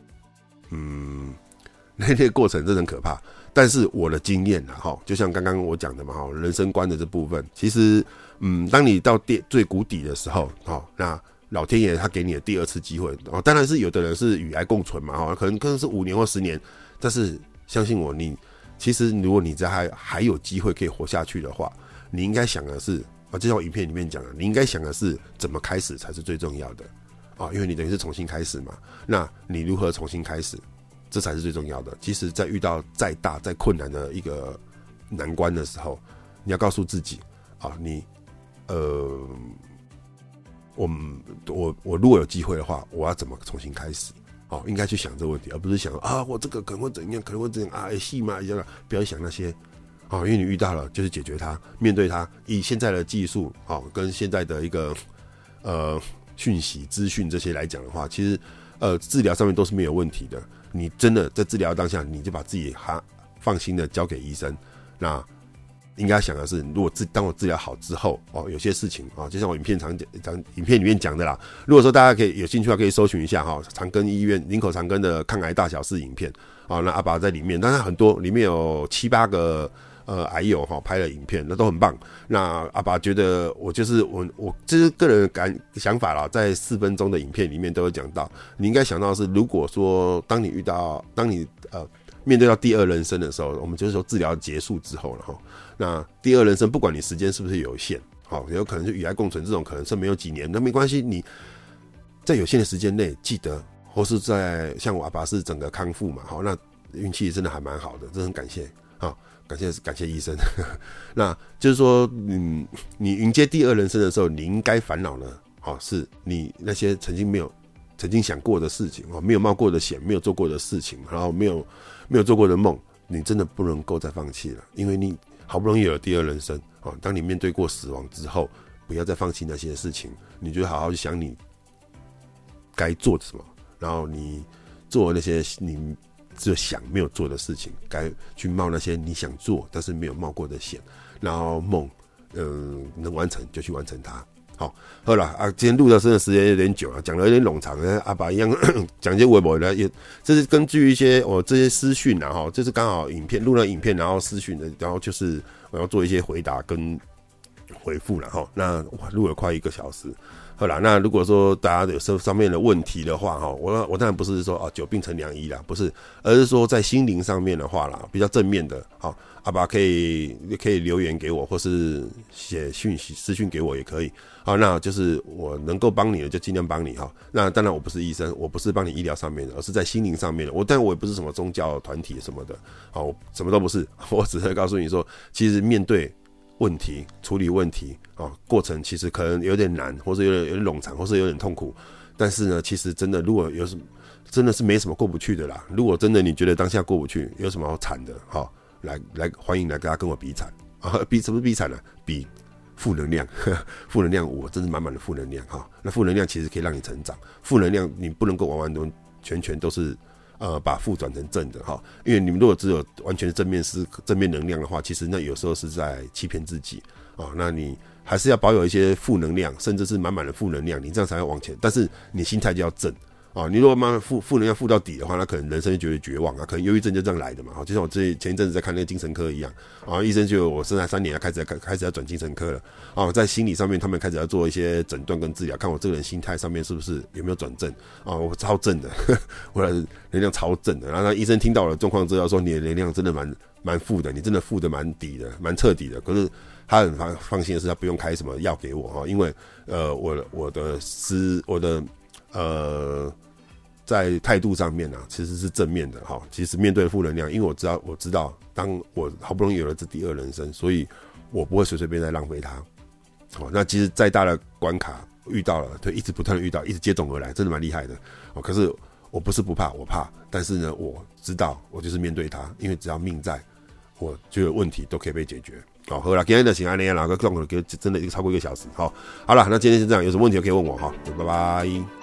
那个过程真的很可怕。但是我的经验就像刚刚我讲的嘛人生观的这部分，其实当你到最谷底的时候那老天爷他给你的第二次机会当然是有的人是与癌共存嘛可能是5年或10年，但是相信我，其实如果你还有机会可以活下去的话，你应该想的是就像我影片里面讲的，你应该想的是怎么开始才是最重要的因为你等于是重新开始嘛。那你如何重新开始，这才是最重要的。其实在遇到再大再困难的一个难关的时候，你要告诉自己我如果有机会的话，我要怎么重新开始应该去想这个问题，而不是想我这个可能会怎样，可能会怎样戏嘛，不要想那些因为你遇到了就是解决它，面对它，以现在的技术跟现在的一个讯息资讯这些来讲的话，其实治疗上面都是没有问题的。你真的在治疗当下，你就把自己放心的交给医生。那应该想的是，如果当我治疗好之后有些事情就像我影片里面讲的啦。如果说大家可以有兴趣的话，可以搜寻一下长庚医院林口长庚的抗癌大小事影片那阿拔在里面，当然很多里面有7-8个癌友拍了影片，那都很棒。那阿拔觉得我这是个人的想法啦，在4分钟的影片里面都有讲到，你应该想到的是，如果说当你面对到第二人生的时候，我们就是说治疗结束之后了那第二人生不管你时间是不是有限有可能是与癌共存，这种可能是没有几年，那没关系，你在有限的时间内记得，或是在像我阿拔是整个康复嘛那运气真的还蛮好的，真的很感谢感谢医生那就是说你迎接第二人生的时候，你应该烦恼呢是你那些曾经想过的事情没有冒过的险，没有做过的事情，然后没有做过的梦，你真的不能够再放弃了，因为你好不容易有了第二人生当你面对过死亡之后，不要再放弃那些事情，你就好好去想你该做什么，然后你做那些你只想没有做的事情，该去冒那些你想做但是没有冒过的险，然后梦能完成就去完成它。好了啊，今天录的真的时间有点久了，讲的有点冗长，阿爸一样讲一些微博的，也这是根据一些这些私讯啊，这是刚好录了影片，然后私讯的，然后就是我要做一些回答跟回复了哈。那录了快1个小时。好啦，那如果说大家有上面的问题的话，我当然不是说久病成良医啦，不是，而是说在心灵上面的话啦，比较正面的，阿爸可以留言给我，或是写私讯给我也可以。好，那就是我能够帮你的就尽量帮你哈。那当然我不是医生，我不是帮你医疗上面的，而是在心灵上面的。但我也不是什么宗教团体什么的，我什么都不是，我只是告诉你说，其实面对问题、处理问题过程其实可能有点难，或者有点冗长，或是有点痛苦。但是呢，其实真的如果有什么，真的是没什么过不去的啦。如果真的你觉得当下过不去，有什么好惨的？来欢迎来跟我比惨啊！什么比惨呢？比负能量，负能量我真是满满的负能量那负能量其实可以让你成长，负能量你不能够完完全都是把负转成正的因为你们如果只有完全正面能量的话，其实那有时候是在欺骗自己那你还是要保有一些负能量，甚至是满满的负能量，你这样才会往前。但是你心态就要正你如果慢慢负能量负到底的话，那可能人生就觉得绝望可能忧郁症就这样来的嘛就像我前一阵子在看那个精神科一样医生就我生才3年开始要转精神科了在心理上面他们开始要做一些诊断跟治疗，看我这个人心态上面是不是有没有转正我超正的我的能量超正的。然后医生听到我的状况之后说，你的能量真的蛮负的，你真的负的蛮底的，蛮彻底的。可是他很放心的是，他不用开什么药给我因为我的在态度上面其实是正面的其实面对负能量，因为我知道，当我好不容易有了这第2人生，所以我不会随便再浪费它那其实再大的关卡遇到了，对，一直不断的遇到，一直接踵而来，真的蛮厉害的可是我不是不怕，我怕，但是呢，我知道我就是面对它，因为只要命在，我就有问题都可以被解决好了，今天的请安利啊，真的超过1个小时好了，那今天就这样，有什么问题可以问我拜拜。